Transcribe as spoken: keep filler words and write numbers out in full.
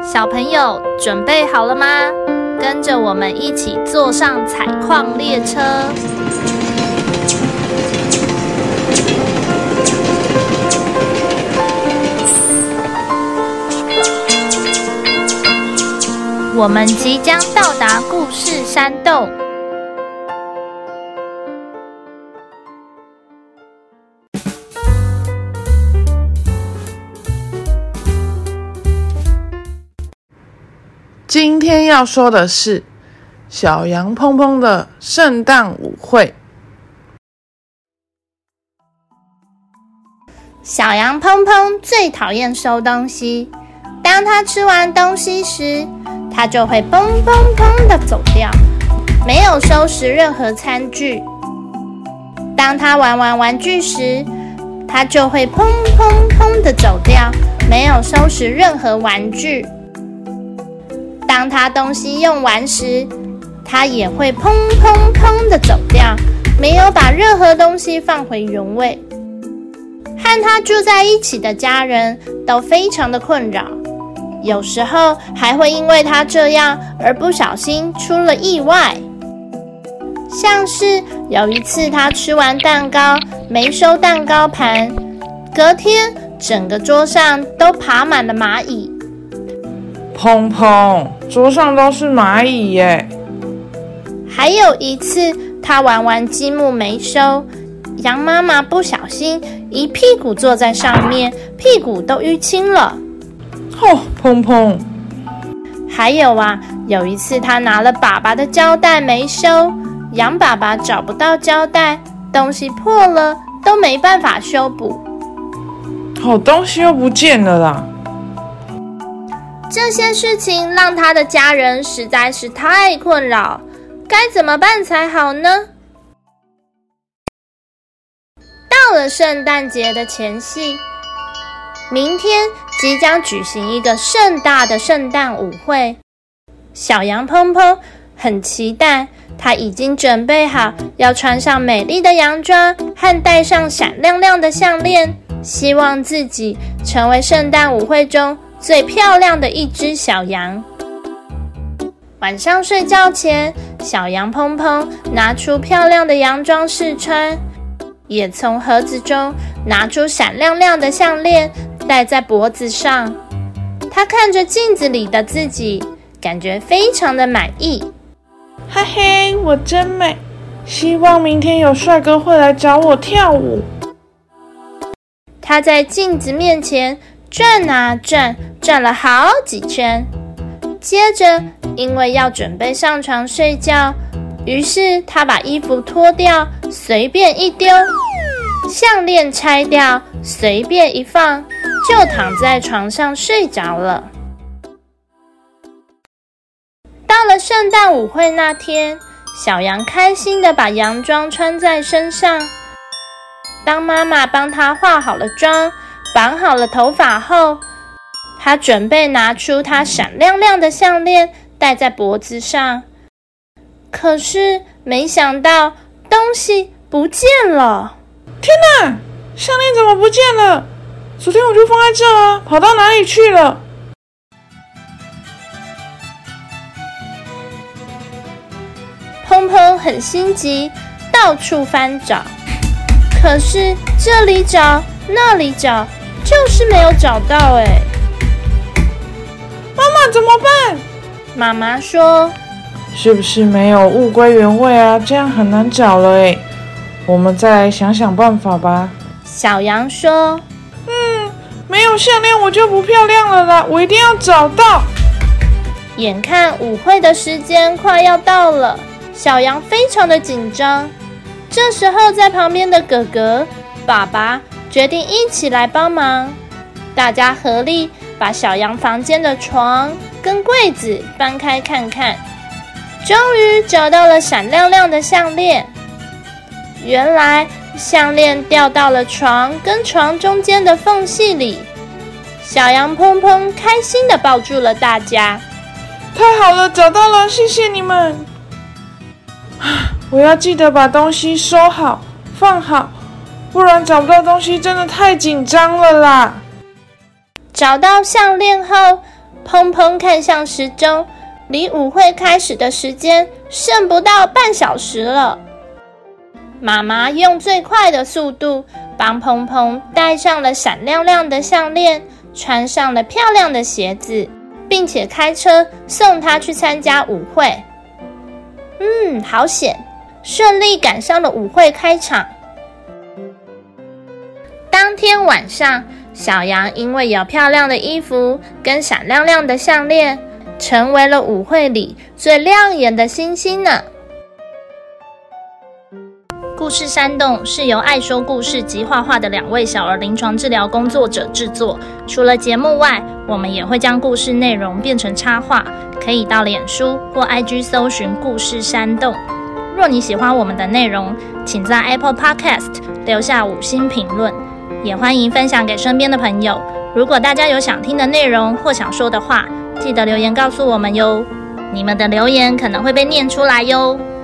小朋友准备好了吗？跟着我们一起坐上采矿列车。我们即将到达故事山洞。 今天要说的是小羊砰砰的圣诞舞会。 小羊砰砰最讨厌收东西，当他吃完东西时，他就会砰砰砰地走掉，没有收拾任何餐具。当他玩完玩具时，他就会砰砰砰地走掉，没有收拾任何玩具。当他东西用完时，他也会砰砰砰地走掉，没有把任何东西放回原位。和他住在一起的家人都非常的困扰，有时候还会因为他这样而不小心出了意外。像是有一次他吃完蛋糕没收蛋糕盘，隔天整个桌上都爬满了蚂蚁。 砰砰，桌上都是蚂蚁耶！ 还有一次，他玩完积木没收，羊妈妈不小心一屁股坐在上面，屁股都淤青了。 哦，砰砰！ 还有啊，有一次他拿了爸爸的胶带没收，羊爸爸找不到胶带，东西破了都没办法修补。 好东西又不见了啦！ 这些事情让他的家人实在是太困扰，该怎么办才好呢？到了圣诞节的前夕，明天即将举行一个盛大的圣诞舞会。小羊砰砰很期待，他已经准备好要穿上美丽的洋装和戴上闪亮亮的项链，希望自己成为圣诞舞会中最漂亮的一只小羊。晚上睡觉前，小羊砰砰拿出漂亮的洋装试穿，也从盒子中拿出闪亮亮的项链戴在脖子上。他看着镜子里的自己，感觉非常的满意。 嘿嘿，我真美！希望明天有帅哥会来找我跳舞。 他在镜子面前转啊转，转了好几圈。接着，因为要准备上床睡觉，于是他把衣服脱掉，随便一丢，项链拆掉，随便一放，就躺在床上睡着了。到了圣诞舞会那天，小羊开心地把洋装穿在身上。当妈妈帮他化好了妆，绑好了头发后，他准备拿出他闪亮亮的项链戴在脖子上。可是没想到东西不见了。 天哪，项链怎么不见了？昨天我就放在这啊，跑到哪里去了？ 砰砰很心急，到处翻找，可是这里找那里找，就是没有找到哎。 妈妈怎么办？ 妈妈说， 是不是没有物归原位啊？这样很难找了哎。我们再来想想办法吧。 小羊说， 嗯，没有项链我就不漂亮了啦，我一定要找到。 眼看舞会的时间快要到了，小羊非常的紧张。这时候在旁边的哥哥、爸爸决定一起来帮忙，大家合力把小羊房间的床跟柜子翻开看看，终于找到了闪亮亮的项链。原来项链掉到了床跟床中间的缝隙里。小羊砰砰开心地抱住了大家。 太好了，找到了，谢谢你们。我要记得把东西收好放好，不然找不到东西真的太紧张了啦。 找到项链后， 砰砰看向时钟，离舞会开始的时间剩不到半小时了。妈妈用最快的速度帮砰砰戴上了闪亮亮的项链，穿上了漂亮的鞋子，并且开车送他去参加舞会。嗯，好险，顺利赶上了舞会开场。当天晚上，小羊因为有漂亮的衣服跟闪亮亮的项链，成为了舞会里最亮眼的星星呢。故事山洞是由爱说故事及画画的两位小儿临床治疗工作者制作。除了节目外，我们也会将故事内容变成插画，可以到脸书或 I G 搜寻故事山洞。若你喜欢我们的内容，请在 Apple Podcast 留下五星评论，也欢迎分享给身边的朋友。如果大家有想听的内容或想说的话，记得留言告诉我们哟，你们的留言可能会被念出来哟。